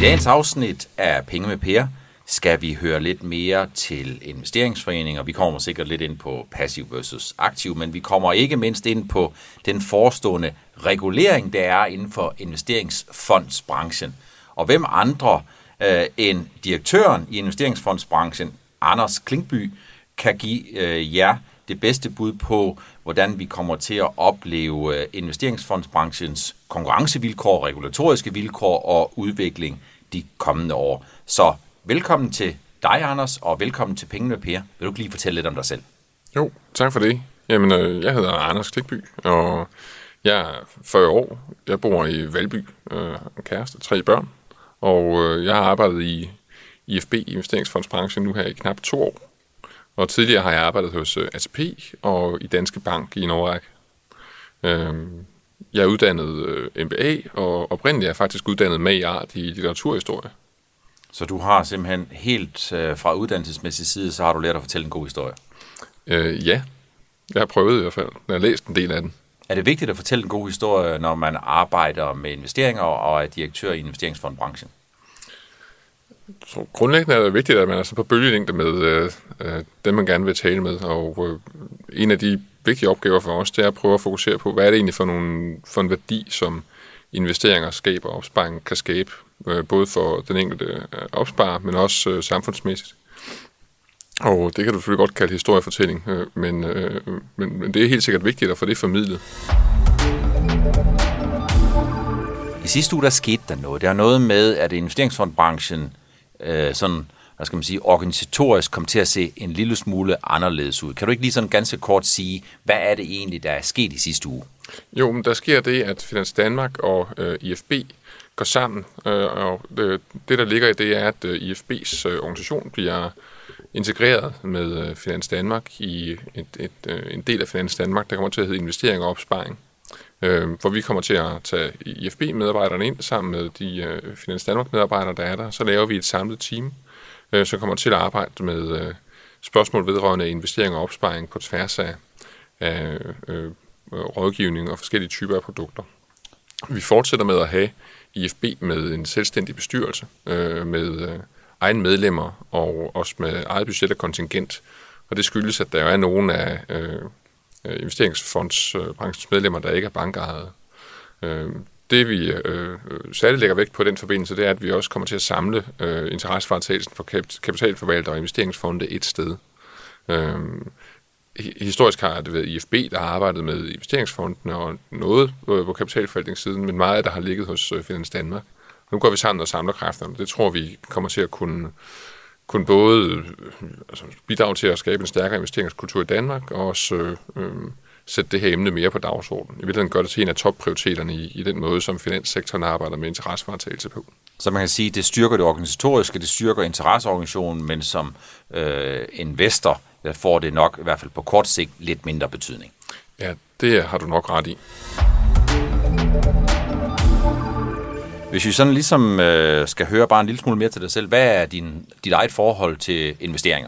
dagens afsnit af Penge med Per skal vi høre lidt mere til investeringsforeninger. Vi kommer sikkert lidt ind på passiv versus aktiv, men vi kommer ikke mindst ind på den forestående regulering, der er inden for investeringsfondsbranchen. Og hvem andre end direktøren i investeringsfondsbranchen, Anders Klingby, kan give jer det bedste bud på, hvordan vi kommer til at opleve investeringsfondsbranchens konkurrencevilkår, regulatoriske vilkår og udvikling de kommende år. Så velkommen til dig, Anders, og velkommen til Penge med Per. Vil du lige fortælle lidt om dig selv? Jo, tak for det. Jamen, jeg hedder Anders Klingby, og jeg er 40 år. Jeg bor i Valby, en kæreste, 3 børn, og jeg har arbejdet i IFB, investeringsfondsbranchen, nu her i knap 2 år. Og tidligere har jeg arbejdet hos ATP og i Danske Bank i en årrække. Jeg er uddannet MBA, og oprindeligt er jeg faktisk uddannet MA i litteraturhistorie. Så du har simpelthen helt fra uddannelsesmæssig side, så har du lært at fortælle en god historie? Ja, jeg har prøvet i hvert fald. Jeg har læst en del af den. Er det vigtigt at fortælle en god historie, når man arbejder med investeringer og er direktør i investeringsfondbranchen? Så grundlæggende er det vigtigt, at man er så på bølgelængde med dem, man gerne vil tale med. Og en af de vigtige opgaver for os, det er at prøve at fokusere på, hvad er det egentlig for en værdi, som investeringer skaber og opsparing kan skabe, både for den enkelte opsparer, men også samfundsmæssigt. Og det kan du selvfølgelig godt kalde historiefortælling, men det er helt sikkert vigtigt at få det formidlet. I sidste uge der skete der noget. Der er noget med, at investeringsfondbranchen organisatorisk kom til at se en lille smule anderledes ud. Kan du ikke lige sådan ganske kort sige, hvad er det egentlig, der er sket i sidste uge? Jo, men der sker det, at Finans Danmark og IFB går sammen, og det, der ligger i det, er, at IFB's organisation bliver integreret med Finans Danmark i en del af Finans Danmark, der kommer til at hedde investering og opsparing. Hvor vi kommer til at tage IFB-medarbejderne ind sammen med de Finans Danmark-medarbejdere, der er der. Så laver vi et samlet team, som kommer til at arbejde med spørgsmål vedrørende investering og opsparing på tværs af rådgivning og forskellige typer af produkter. Vi fortsætter med at have IFB med en selvstændig bestyrelse, med egne medlemmer og også med eget budget og kontingent. Og det skyldes, at der er nogle af investeringsfondsbranchens medlemmer, der ikke er bankejede. Det vi særligt lægger vægt på i den forbindelse, det er, at vi også kommer til at samle interessevaretagelsen for kapitalforvaltere og investeringsfonde et sted. Historisk har det været IFB, der har arbejdet med investeringsfondene og noget på kapitalforvaltningssiden, men meget af det har ligget hos Finans Danmark. Nu går vi sammen og samler kræfterne. Det tror vi kommer til at kunne både bidrage til at skabe en stærkere investeringskultur i Danmark, og også sætte det her emne mere på dagsordenen. I virkeligheden gør det til en af topprioriteterne i den måde, som finanssektoren arbejder med interessevaretagelse på. Så man kan sige, at det styrker det organisatoriske, det styrker interesseorganisationen, men som investor får det nok, i hvert fald på kort sigt, lidt mindre betydning. Ja, det har du nok ret i. Hvis vi sådan ligesom skal høre bare en lille smule mere til dig selv, hvad er dit eget forhold til investeringer?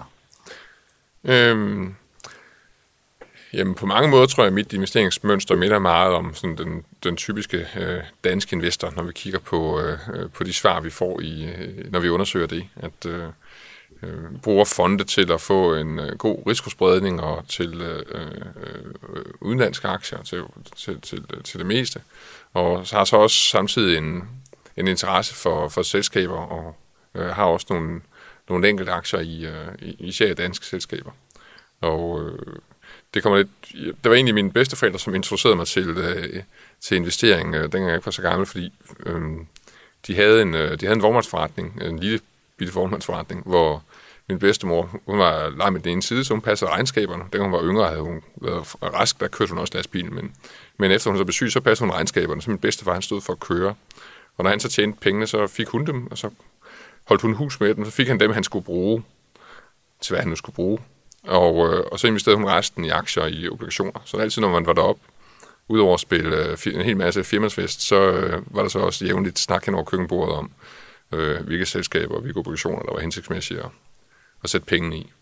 Jamen på mange måder tror jeg, at mit investeringsmønster minder meget om sådan den typiske danske investor, når vi kigger på de svar, vi får, når vi undersøger det. At bruger fonde til at få en god risikospredning og til udenlandske aktier til det meste. Og så har så også samtidig en interesse for selskaber, og har også nogle enkelte aktier i især danske selskaber. Og det var egentlig mine bedsteforældre, som introducerede mig til investering, dengang jeg ikke var så gammel, fordi de havde en vognmandsforretning, en lille bitte vognmandsforretning, hvor min bedstemor, hun var leget med den ene side, så hun passede regnskaberne. Da hun var yngre, havde hun været rask, der kørte hun også lastbil, men efter hun så blev syg, så passede hun regnskaberne, så min bedstefar, han stod for at køre. Og når han så tjente pengene, så fik hun dem, og så holdt hun hus med dem, så fik han dem, han skulle bruge, til hvad han nu skulle bruge. Og så investerede hun resten i aktier og i obligationer. Så altid, når man var deroppe, udover at spille en hel masse firmandsfest, så var der så også jævnligt snak hen over køkkenbordet om, hvilke selskaber og hvilke obligationer, der var hensigtsmæssige at sætte pengene i.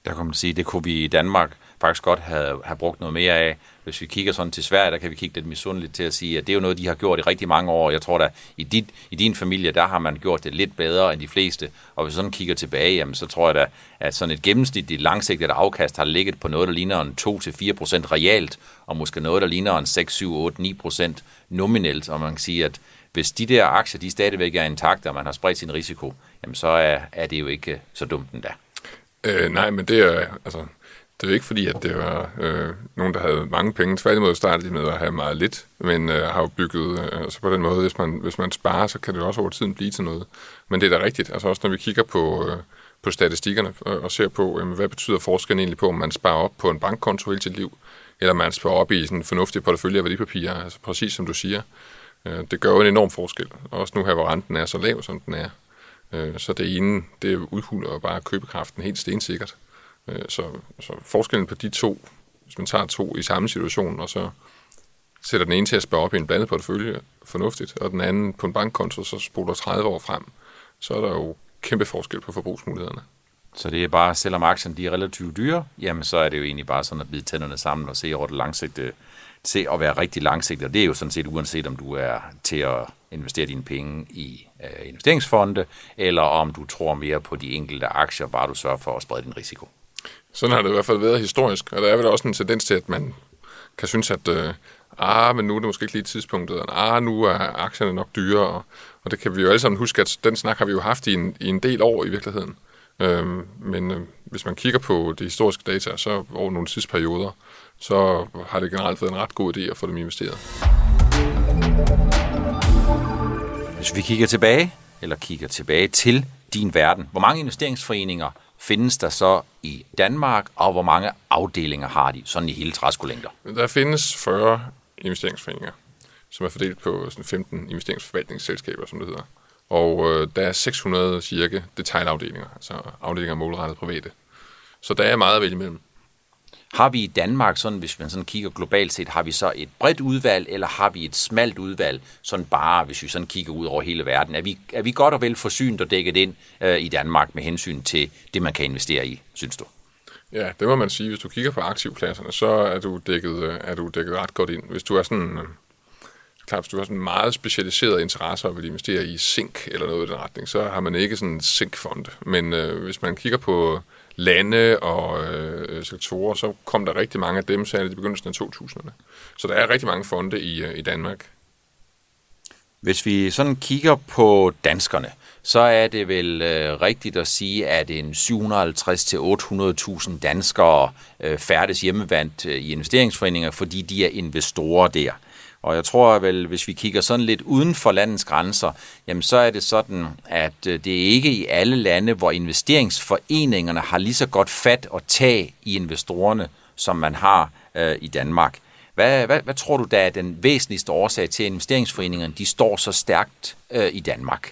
Der kan man sige, det kunne vi i Danmark faktisk godt have brugt noget mere af. Hvis vi kigger sådan til Sverige, der kan vi kigge lidt misundeligt til at sige, at det er jo noget, de har gjort i rigtig mange år. Jeg tror da, i din familie, der har man gjort det lidt bedre end de fleste. Og hvis vi sådan kigger tilbage, jamen, så tror jeg da, at sådan et gennemsnitligt langsigtet afkast har ligget på noget, der ligner en 2-4% realt, og måske noget, der ligner en 6-7-8-9% nominelt. Og man kan sige, at hvis de der aktier, de stadigvæk er intakte, og man har spredt sin risiko, jamen så er det jo ikke så dumt endda. Nej, men det er det er jo ikke fordi, at det var nogen, der havde mange penge. Tværtimod startede de med at have meget lidt, men har jo bygget, altså på den måde, hvis man sparer, så kan det også over tiden blive til noget. Men det er da rigtigt, altså også når vi kigger på statistikkerne og ser på, hvad betyder forskellen egentlig på, om man sparer op på en bankkonto hele sit liv, eller man sparer op i sådan en fornuftig portefølje af værdipapirer, altså præcis som du siger. Det gør jo en enorm forskel, også nu her, hvor renten er så lav, som den er. Så det ene, det udhuler bare købekraften helt stensikkert. Så forskellen på de to, hvis man tager to i samme situation, og så sætter den ene til at spare op i en blandet portefølje fornuftigt, og den anden på en bankkonto, så spoler 30 år frem, så er der jo kæmpe forskel på forbrugsmulighederne. Så det er bare, selvom aktierne de er relativt dyre, jamen så er det jo egentlig bare sådan at bide tænderne sammen og se over det langsigtede, se at være rigtig langsigtet. Og det er jo sådan set uanset om du er til at investere dine penge i investeringsfonde, eller om du tror mere på de enkelte aktier, bare du sørger for at sprede din risiko. Sådan har det i hvert fald været historisk, og der er vel også en tendens til, at man kan synes, at men nu er det måske ikke lige tidspunktet, nu er aktierne nok dyre, og det kan vi jo alle sammen huske, at den snak har vi jo haft i en del år i virkeligheden. Men hvis man kigger på de historiske data, så over nogle tidsperioder, så har det generelt været en ret god idé at få dem investeret. Hvis vi kigger tilbage til din verden, hvor mange investeringsforeninger findes der så i Danmark, og hvor mange afdelinger har de, sådan i hele træskolængder? Der findes 40 investeringsforeninger, som er fordelt på sådan 15 investeringsforvaltningsselskaber, som det hedder. Og der er 600 cirka detailafdelinger, altså afdelinger målrettet private. Så der er meget at vælge imellem. Har vi i Danmark, sådan, hvis man sådan kigger globalt set, har vi så et bredt udvalg, eller har vi et smalt udvalg, sådan bare, hvis vi sådan kigger ud over hele verden? Er vi godt og vel forsynet og dækket ind i Danmark med hensyn til det, man kan investere i, synes du? Ja, det må man sige. Hvis du kigger på aktivklasserne, så er du dækket ret godt ind. Hvis du er sådan... Klart, hvis du har sådan en meget specialiseret interesse og vil investere i zink eller noget i den retning, så har man ikke sådan en zinkfond. Men hvis man kigger på lande og sektorer, så kom der rigtig mange af dem, særligt i begyndelsen af 2000'erne. Så der er rigtig mange fonde i Danmark. Hvis vi sådan kigger på danskerne, så er det vel rigtigt at sige, at en 750-800.000 danskere færdes hjemmevandt i investeringsforeninger, fordi de er investorer der. Og jeg tror vel, hvis vi kigger sådan lidt uden for landets grænser, jamen så er det sådan, at det er ikke i alle lande, hvor investeringsforeningerne har lige så godt fat og tag i investorerne, som man har i Danmark. Hvad tror du, der er den væsentligste årsag til, at investeringsforeningerne de står så stærkt i Danmark?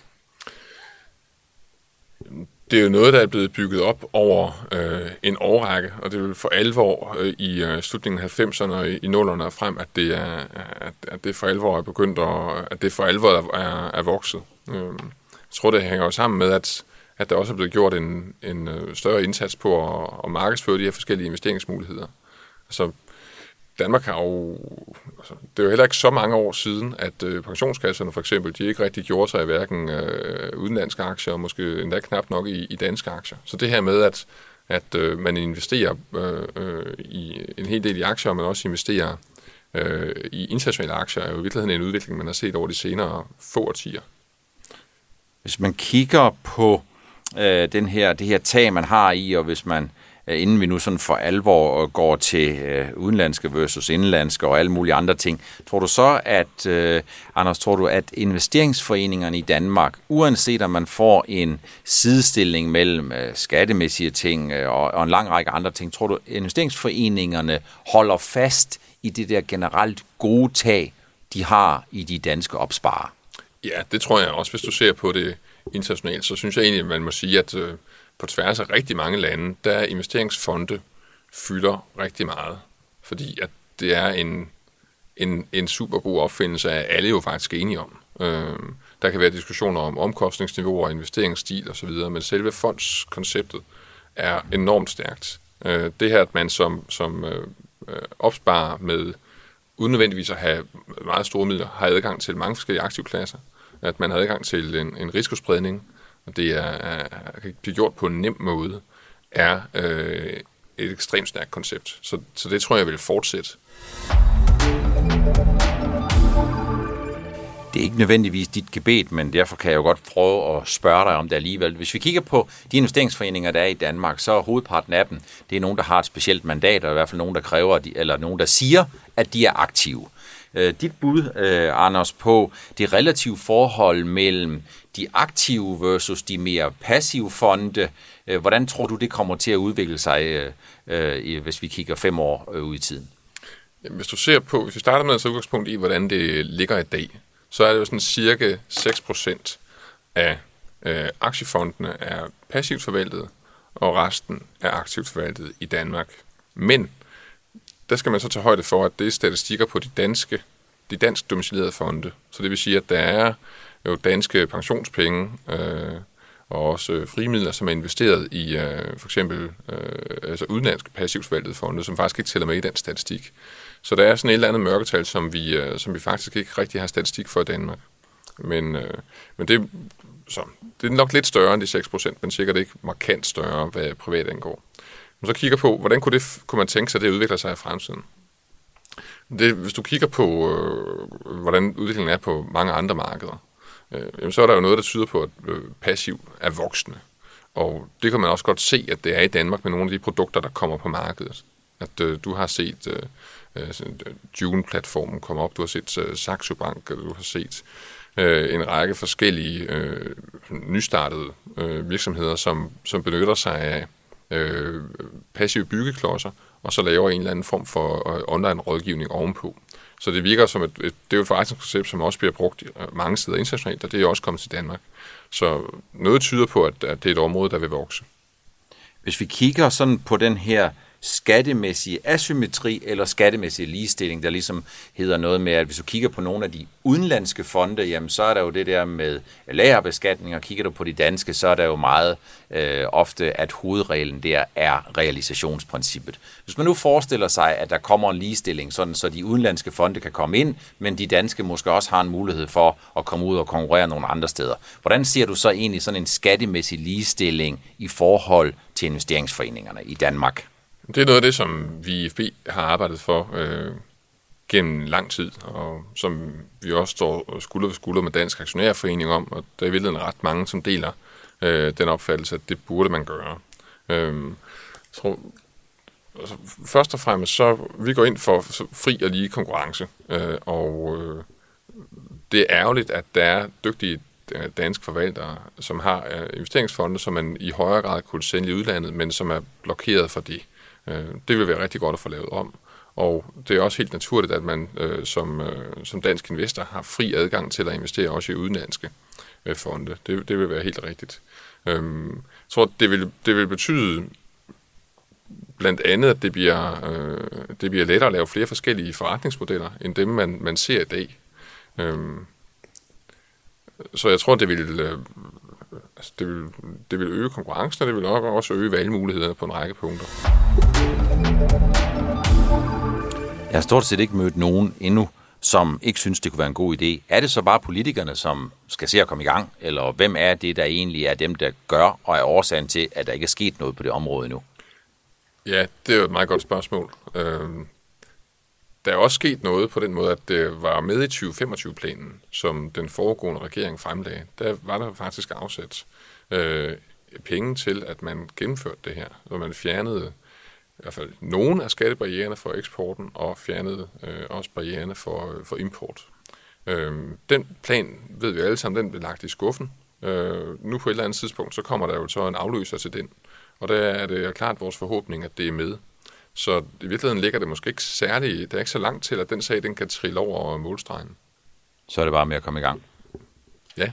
Det er jo noget, der er blevet bygget op over en årrække, og det er jo for alvor i slutningen af 90'erne og i 0'erne frem, at det for alvor er begyndt, at det for alvor er vokset. Jeg tror, det hænger jo sammen med, at der også er blevet gjort en større indsats på at markedsføre de her forskellige investeringsmuligheder. Altså, Danmark har jo... Altså, det er jo heller ikke så mange år siden, at pensionskasserne for eksempel, de ikke rigtig gjorde sig i hverken udenlandske aktier, og måske endda knap nok i danske aktier. Så det her med, at man investerer i en hel del i aktier, men også investerer i internationale aktier, er jo i virkeligheden en udvikling, man har set over de senere få årtier. Hvis man kigger på det her tag, man har i, og hvis man inden vi nu sådan for alvor går til udenlandske versus indlandske og alle mulige andre ting. Tror du så, Anders, at investeringsforeningerne i Danmark, uanset om man får en sidestilling mellem skattemæssige ting og en lang række andre ting, tror du, investeringsforeningerne holder fast i det der generelt gode tag, de har i de danske opsparere? Ja, det tror jeg også. Hvis du ser på det internationalt, så synes jeg egentlig, at man må sige, at på tværs af rigtig mange lande, der investeringsfonde fylder rigtig meget. Fordi at det er en super god opfindelse, af alle jo faktisk enige om. Der kan være diskussioner om omkostningsniveauer, investeringsstil osv., men selve fondskonceptet er enormt stærkt. Det her, at man som opsparer med uden nødvendigvis at have meget store midler, har adgang til mange forskellige aktivklasser, at man har adgang til en risikospredning, og det kan blive gjort på en nem måde, er et ekstremt stærkt koncept. Så det tror jeg vil fortsætte. Det er ikke nødvendigvis dit gebet, men derfor kan jeg jo godt prøve at spørge dig om det alligevel. Hvis vi kigger på de investeringsforeninger, der er i Danmark, så er hovedparten af dem, det er nogen, der har et specielt mandat, og i hvert fald nogen, der kræver, eller nogen, der siger, at de er aktive. Dit bud, Anders, på det relative forhold mellem de aktive versus de mere passive fonde, hvordan tror du, det kommer til at udvikle sig, hvis vi kigger 5 år ud i tiden? Jamen, hvis vi starter med at tage udgangspunkt i, hvordan det ligger i dag, så er det jo sådan cirka 6% af aktiefondene er passivt forvaltet, og resten er aktivt forvaltet i Danmark. Men der skal man så tage højde for, at det er statistikker på de dansk domicilerede fonde. Så det vil sige, at der er jo danske pensionspenge og også frimidler, som er investeret i for eksempel altså udenlandske passivt forvaltede fonde, som faktisk ikke tæller med i den statistik. Så der er sådan et eller andet mørketal, som vi faktisk ikke rigtig har statistik for i Danmark. Men det er nok lidt større end de 6%, men sikkert ikke markant større, hvad privat angår. Når så kigger på, hvordan kunne man tænke sig, at det udvikler sig i fremtiden? Hvis du kigger på, hvordan udviklingen er på mange andre markeder, så er der jo noget, der tyder på, at passiv er voksende. Og det kan man også godt se, at det er i Danmark med nogle af de produkter, der kommer på markedet. At du har set June-platformen komme op, du har set Saxo Bank, du har set en række forskellige nystartede virksomheder, som benytter sig af passive byggeklodser, og så laver en eller anden form for online-rådgivning ovenpå. Så det virker som det er jo et forretningskoncept, som også bliver brugt mange steder internationalt, og det er også kommet til Danmark. Så noget tyder på, at det er et område, der vil vokse. Hvis vi kigger sådan på den her skattemæssige asymmetri eller skattemæssige ligestilling, der ligesom hedder noget med, at hvis du kigger på nogle af de udenlandske fonde, jamen så er der jo det der med lagerbeskatning, og kigger du på de danske, så er der jo meget ofte, at hovedreglen der er realisationsprincippet. Hvis man nu forestiller sig, at der kommer en ligestilling, sådan så de udenlandske fonde kan komme ind, men de danske måske også har en mulighed for at komme ud og konkurrere nogle andre steder. Hvordan ser du så egentlig sådan en skattemæssig ligestilling i forhold til investeringsforeningerne i Danmark? Det er noget af det, som vi i IFB har arbejdet for gennem lang tid, og som vi også står skulder ved skulder med Dansk Aktionærforening om, og der er i virkeligheden ret mange, som deler den opfattelse, at det burde man gøre. Først og fremmest, så vi går ind for fri og lige konkurrence, og det er ærgerligt, at der er dygtige danske forvaltere, som har investeringsfonde, som man i højere grad kunne sælge i udlandet, men som er blokeret for det. Det vil være rigtig godt at få lavet om. Og det er også helt naturligt, at man som dansk investor har fri adgang til at investere også i udenlandske fonde. Det vil være helt rigtigt. Jeg tror, det vil betyde blandt andet, at det bliver lettere at lave flere forskellige forretningsmodeller, end dem, man ser i dag. Så jeg tror, det vil øge konkurrencen, og det vil også øge valgmulighederne på en række punkter. Jeg har stort set ikke mødt nogen endnu, som ikke synes, det kunne være en god idé. Er det så bare politikerne, som skal se at komme i gang, eller hvem er det, der egentlig er dem, der gør og er årsagen til, at der ikke er sket noget på det område endnu? Ja, det er jo et meget godt spørgsmål. Der er også sket noget på den måde, at det var med i 2025-planen, som den foregående regering fremlagde. Der var der faktisk afsat penge til, at man gennemførte det her, hvor man fjernede i hvert fald nogle af skattebarriererne for eksporten, og fjernede også barriererne for import. Den plan, ved vi alle sammen, den blev lagt i skuffen. Nu på et eller andet tidspunkt, så kommer der jo så en afløser til den, og der er det klart vores forhåbning, at det er med. Så i virkeligheden ligger det måske ikke særligt, der er ikke så langt til, at den sag, den kan trille over målstregen. Så er det bare med at komme i gang. Ja.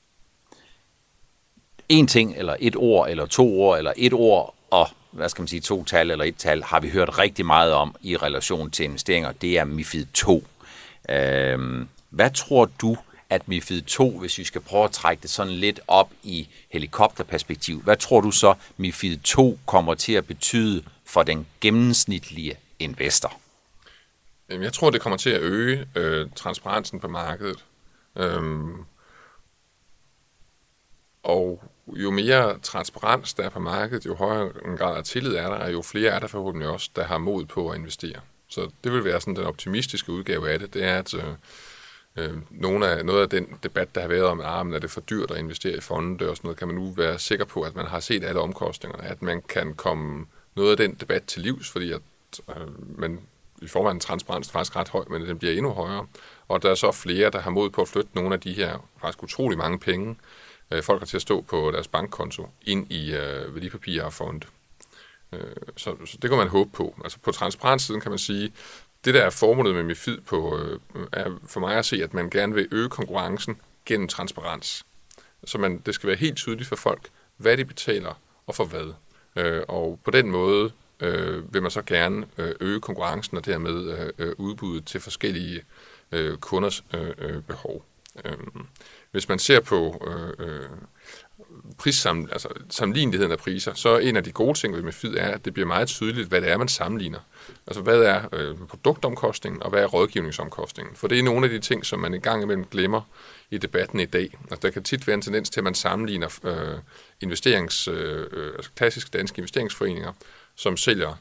En ting, eller et ord, eller 2 ord, eller et ord, og 2 tal eller 1 tal, har vi hørt rigtig meget om i relation til investeringer. Det er MiFID II. Hvad tror du at MiFID 2, hvis vi skal prøve at trække det sådan lidt op i helikopterperspektiv, hvad tror du så, MiFID 2 kommer til at betyde for den gennemsnitlige investor? Jeg tror, det kommer til at øge transparensen på markedet. Og jo mere transparens der er på markedet, jo højere en grad af tillid er der, og jo flere er der forhåbentlig også, der har mod på at investere. Så det vil være sådan den optimistiske udgave af det. Det er, at noget af den debat, der har været om, men er det for dyrt at investere i fonde og sådan noget, kan man nu være sikker på, at man har set alle omkostningerne, at man kan komme noget af den debat til livs, fordi at man i forvejen transparens er faktisk ret høj, men den bliver endnu højere. Og der er så flere, der har mod på at flytte nogle af de her faktisk utrolig mange penge, folk har til at stå på deres bankkonto, ind i værdipapirer og fonde. Så det kan man håbe på. Altså på transparenssiden kan man sige, det der er formålet med MiFID er for mig at se, at man gerne vil øge konkurrencen gennem transparens. Så det skal være helt tydeligt for folk, hvad de betaler og for hvad. Og på den måde vil man så gerne øge konkurrencen og dermed udbuddet til forskellige kunders behov. Hvis man ser på sammenligneligheden af priser, så en af de gode ting ved MiFID er, at det bliver meget tydeligt, hvad det er, man sammenligner. Altså, hvad er produktomkostningen, og hvad er rådgivningsomkostningen? For det er nogle af de ting, som man en gang imellem glemmer i debatten i dag. Altså, der kan tit være en tendens til, at man sammenligner klassiske danske investeringsforeninger, som sælger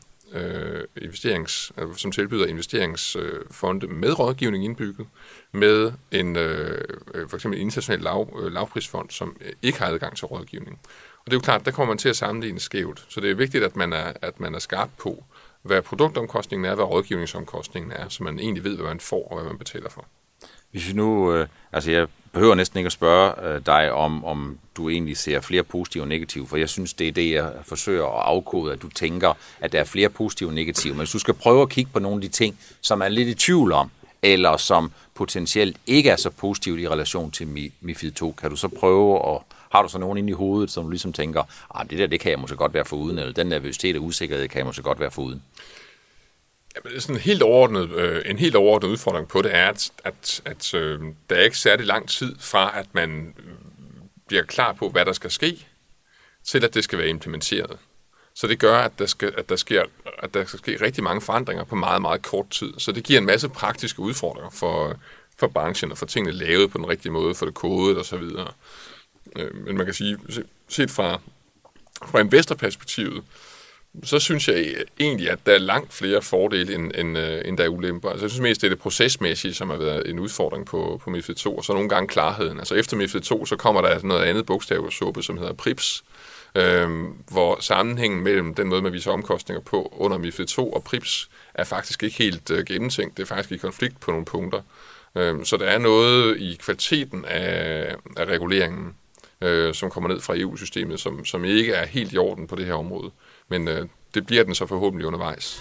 som tilbyder investeringsfonde med rådgivning indbygget, med for eksempel en international lavprisfond, som ikke har adgang til rådgivning. Og det er jo klart, der kommer man til at sammenligne skævt. Så det er vigtigt, at man er skarp på, hvad produktomkostningen er, hvad rådgivningsomkostningen er, så man egentlig ved, hvad man får og hvad man betaler for. Hvis vi nu, jeg behøver næsten ikke at spørge dig om du egentlig ser flere positive og negative, for jeg synes, det er det, jeg forsøger at afkode, at du tænker, at der er flere positive og negative. Men hvis du skal prøve at kigge på nogle af de ting, som er lidt i tvivl om, eller som potentielt ikke er så positivt i relation til MiFID 2, kan du så prøve, og har du så nogen inde i hovedet, som du ligesom tænker, det kan jeg måske godt være foruden, eller den nervøsitet og usikkerhed kan jeg måske godt være foruden? Sådan en helt overordnet udfordring på det er, at der er ikke særlig lang tid fra, at man bliver klar på, hvad der skal ske, til at det skal være implementeret. Så det gør, at der skal ske rigtig mange forandringer på meget, meget kort tid. Så det giver en masse praktiske udfordringer for branchen, og for tingene lavet på den rigtige måde, for det kodet osv. Men man kan sige, set fra investorperspektivet, så synes jeg egentlig, at der er langt flere fordele, end der er ulemper. Altså, jeg synes mest, det er det procesmæssige, som har været en udfordring på MiFID 2, og så nogle gange klarheden. Altså efter MiFID 2, så kommer der noget andet bogstaversuppe, som hedder PRIPS, hvor sammenhængen mellem den måde, man viser omkostninger på under MiFID 2 og PRIPS, er faktisk ikke helt gennemtænkt. Det er faktisk i konflikt på nogle punkter. Så der er noget i kvaliteten af reguleringen, som kommer ned fra EU-systemet, som ikke er helt i orden på det her område. Men det bliver den så forhåbentlig undervejs.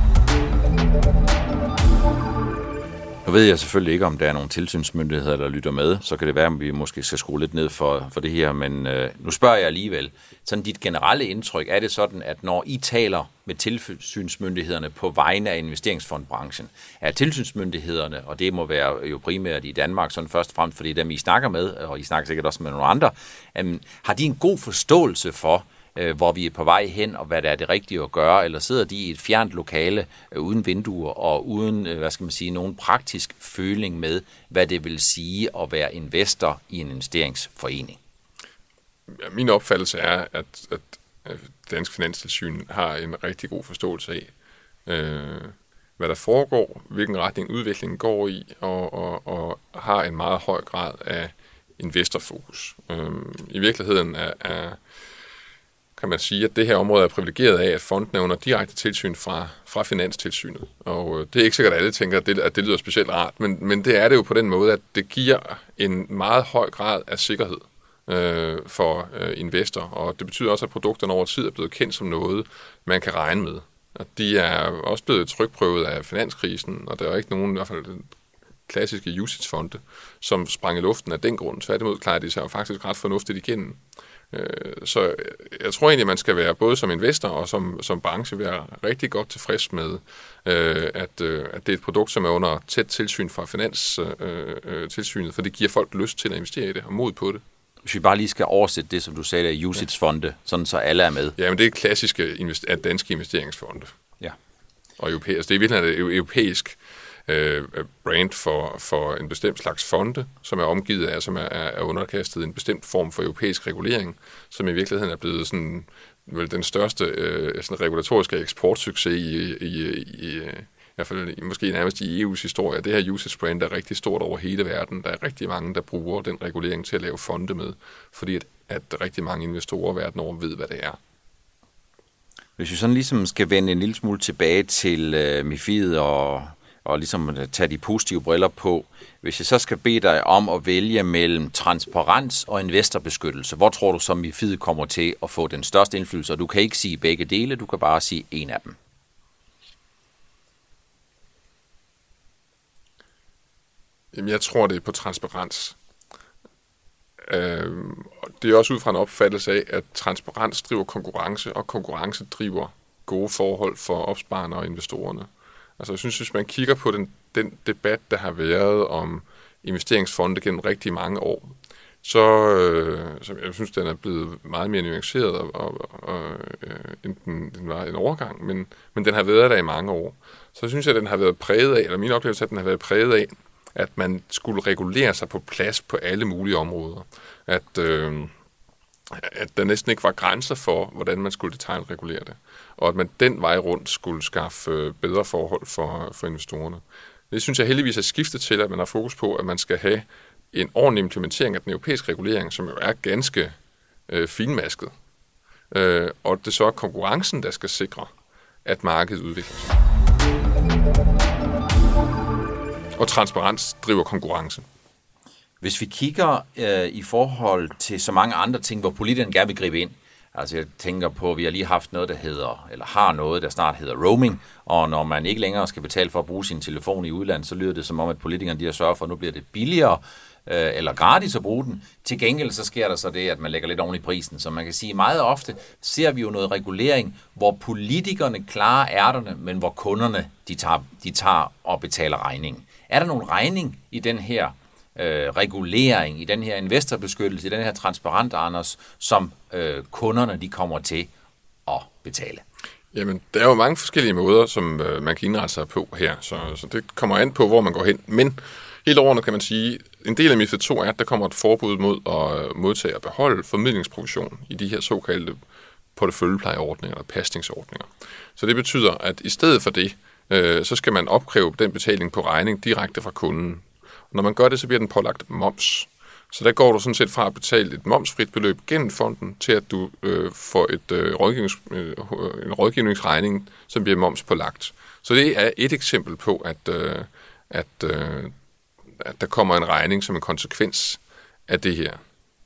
Nu ved jeg selvfølgelig ikke, om der er nogle tilsynsmyndigheder, der lytter med. Så kan det være, at vi måske skal skrue lidt ned for det her. Men nu spørger jeg alligevel. Sådan dit generelle indtryk, er det sådan, at når I taler med tilsynsmyndighederne på vegne af investeringsfondbranchen, er tilsynsmyndighederne, og det må være jo primært i Danmark, sådan først og fremmest, fordi dem I snakker med, og I snakker sikkert også med nogle andre, har de en god forståelse for, hvor vi er på vej hen, og hvad der er det rigtige at gøre, eller sidder de i et fjernt lokale uden vinduer og uden, nogen praktisk føling med, hvad det vil sige at være investor i en investeringsforening? Ja, min opfattelse er, at Dansk Finanstilsyn har en rigtig god forståelse af, hvad der foregår, hvilken retning udviklingen går i, og har en meget høj grad af investorfokus. I virkeligheden kan man sige, at det her område er privilegeret af, at fonden er under direkte tilsyn fra Finanstilsynet. Og det er ikke sikkert, at alle tænker, at det lyder specielt rart, men det er det jo på den måde, at det giver en meget høj grad af sikkerhed for investor, og det betyder også, at produkterne over tid er blevet kendt som noget, man kan regne med. Og de er også blevet trykprøvet af finanskrisen, og der er ikke nogen, i hvert fald klassiske UCITS-fonde, som sprang i luften af den grund. Tværtimod klarer de sig jo faktisk ret fornuftigt igennem. Så jeg tror egentlig, at man skal være både som investor og som branche være rigtig godt tilfreds med, at det er et produkt, som er under tæt tilsyn fra Finanstilsynet, for det giver folk lyst til at investere i det og mod på det. Hvis vi bare lige skal oversætte det, som du sagde, der UCITS-fonde, sådan så alle er med. Ja, men det er klassiske danske investeringsfonde. Ja. Og europæisk. Altså det er virkelig et europæisk brand for en bestemt slags fonde, som er omgivet af, som er underkastet en bestemt form for europæisk regulering, som i virkeligheden er blevet sådan, vel den største sådan regulatoriske eksportsucces i hvert fald måske nærmest i EU's historie. Det her UCITS brand er rigtig stort over hele verden. Der er rigtig mange, der bruger den regulering til at lave fonde med, fordi at rigtig mange investorer verden over ved, hvad det er. Hvis vi sådan ligesom skal vende en lille smule tilbage til MiFID og ligesom tage de positive briller på. Hvis jeg så skal bede dig om at vælge mellem transparens og investorbeskyttelse, hvor tror du så MiFID kommer til at få den største indflydelse? Og du kan ikke sige begge dele, du kan bare sige en af dem. Jamen, jeg tror, det er på transparens. Det er også ud fra en opfattelse af, at transparens driver konkurrence, og konkurrence driver gode forhold for opsparerne og investorerne. Altså jeg synes, hvis man kigger på den debat, der har været om investeringsfonde gennem rigtig mange år, så jeg synes, den er blevet meget mere nuanceret, end den var en overgang, men den har været der i mange år. Så synes jeg, at den har været præget af, eller min oplevelse er, at den har været præget af, at man skulle regulere sig på plads på alle mulige områder. At der næsten ikke var grænser for, hvordan man skulle detailregulere det. Og at man den vej rundt skulle skaffe bedre forhold for investorerne. Det synes jeg heldigvis er skiftet til, at man har fokus på, at man skal have en ordentlig implementering af den europæiske regulering, som jo er ganske finmasket. Og det så er konkurrencen, der skal sikre, at markedet udvikler sig. Og transparens driver konkurrencen. Hvis vi kigger i forhold til så mange andre ting, hvor politikerne gerne vil gribe ind, altså jeg tænker på, at vi har lige haft noget, der hedder, eller har noget, der snart hedder roaming, og når man ikke længere skal betale for at bruge sin telefon i udlandet, så lyder det som om, at politikerne de har sørget for, at nu bliver det billigere eller gratis at bruge den. Til gengæld så sker der så det, at man lægger lidt oven i prisen. Så man kan sige, meget ofte ser vi jo noget regulering, hvor politikerne klarer ærterne, men hvor kunderne de tager og betaler regningen. Er der nogen regning i den her regulering, i den her investorbeskyttelse, i den her transparent, Anders, som kunderne de kommer til at betale? Jamen, der er jo mange forskellige måder, som man kan indrette sig på her, så det kommer an på, hvor man går hen. Men helt overordnet kan man sige, en del af MiFID 2 er, at der kommer et forbud mod at modtage og beholde formidlingsprovision i de her såkaldte porteføljeplejeordninger eller pasningsordninger. Så det betyder, at i stedet for det, så skal man opkræve den betaling på regning direkte fra kunden. Og når man gør det, så bliver den pålagt moms. Så der går du sådan set fra at betale et momsfrit beløb gennem fonden, til at du får en rådgivningsregning, som bliver moms pålagt. Så det er et eksempel på, at der kommer en regning som en konsekvens af det her.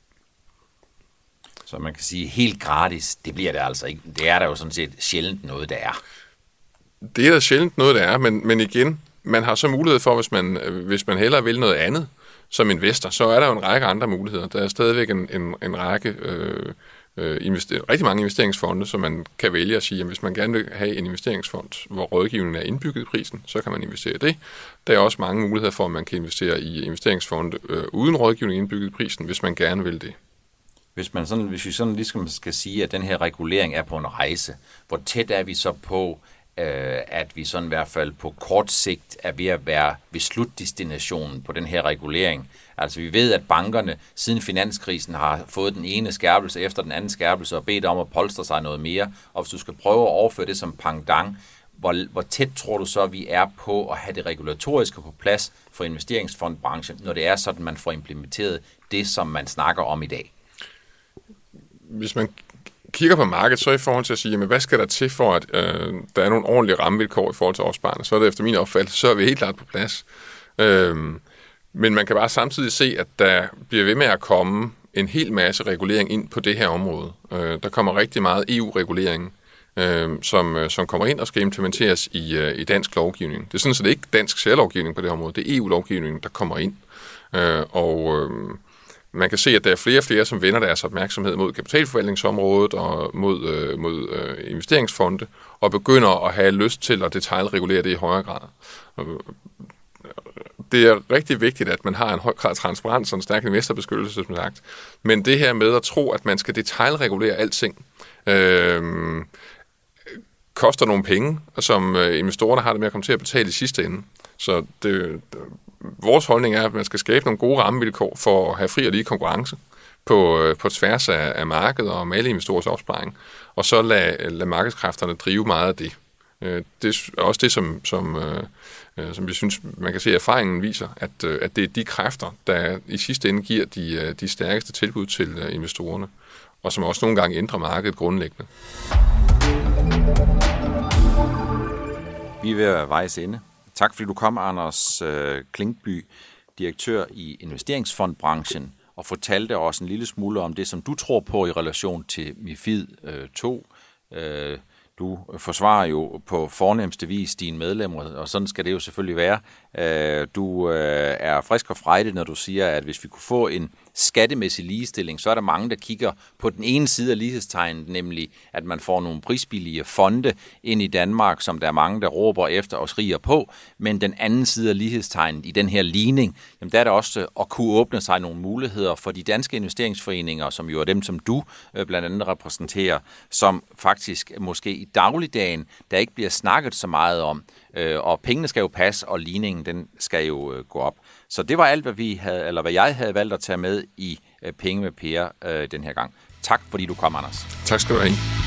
Så man kan sige, helt gratis, det bliver det altså ikke. Det er der jo sådan set sjældent noget, der er. Det er der sjældent noget, der er, men igen, man har så mulighed for, hvis man hellere vil noget andet som investor, så er der jo en række andre muligheder. Der er stadigvæk en række, rigtig mange investeringsfonde, som man kan vælge at sige, at hvis man gerne vil have en investeringsfond, hvor rådgivningen er indbygget i prisen, så kan man investere i det. Der er også mange muligheder for, at man kan investere i investeringsfonde uden rådgivning indbygget i prisen, hvis man gerne vil det. Hvis vi sådan ligesom skal sige, at den her regulering er på en rejse, hvor tæt er vi så på, at vi sådan i hvert fald på kort sigt er ved at være ved slutdestinationen på den her regulering. Altså vi ved, at bankerne siden finanskrisen har fået den ene skærpelse efter den anden skærpelse og bedt om at polstre sig noget mere. Og hvis du skal prøve at overføre det som pendant, hvor tæt tror du så, at vi er på at have det regulatoriske på plads for investeringsfondbranchen, når det er sådan, man får implementeret det, som man snakker om i dag? Hvis man kigger på markedet, så i forhold til at sige, jamen, hvad skal der til for, at der er nogle ordentlige rammevilkår i forhold til opsparerne, så er det efter min opfattelse, så er vi helt klart på plads. Men man kan bare samtidig se, at der bliver ved med at komme en hel masse regulering ind på det her område. Der kommer rigtig meget EU-regulering som kommer ind og skal implementeres i dansk lovgivning. Det er sådan set ikke dansk særlovgivning på det her område, det er EU-lovgivningen, der kommer ind. Man kan se, at der er flere og flere, som vender deres opmærksomhed mod kapitalforvaltningsområdet og mod investeringsfonde, og begynder at have lyst til at detailregulere det i højere grad. Det er rigtig vigtigt, at man har en høj grad af transparens og en stærk investorbeskyttelse, som sagt. Men det her med at tro, at man skal detailregulere alting, koster nogle penge, som investorerne har det med at komme til at betale i sidste ende. Så vores holdning er, at man skal skabe nogle gode rammevilkår for at have fri og lige konkurrence på tværs af markedet og med alle investorers opsparing, og så lade markedskræfterne drive meget af det. Det er også det, som vi synes, man kan se, at erfaringen viser, at det er de kræfter, der i sidste ende giver de stærkeste tilbud til investorerne, og som også nogle gange ændrer markedet grundlæggende. Vi er ved at være vejs ende. Tak fordi du kom, Anders Klinkby, direktør i investeringsfondbranchen, og fortalte os en lille smule om det, som du tror på i relation til MiFID II. Du forsvarer jo på fornemste vis dine medlemmer, og sådan skal det jo selvfølgelig være. Du er frisk og frejdig, når du siger, at hvis vi kunne få en skattemæssig ligestilling, så er der mange, der kigger på den ene side af lighedstegnet, nemlig at man får nogle prisbillige fonde ind i Danmark, som der er mange, der råber efter og skriger på, men den anden side af lighedstegnet i den her ligning, jamen der er der også at kunne åbne sig nogle muligheder for de danske investeringsforeninger, som jo er dem, som du blandt andet repræsenterer, som faktisk måske i dagligdagen, der ikke bliver snakket så meget om, og pengene skal jo passe, og ligningen den skal jo gå op. Så det var alt, hvad jeg havde valgt at tage med i Penge med Per den her gang. Tak fordi du kom, Anders. Tak skal du have.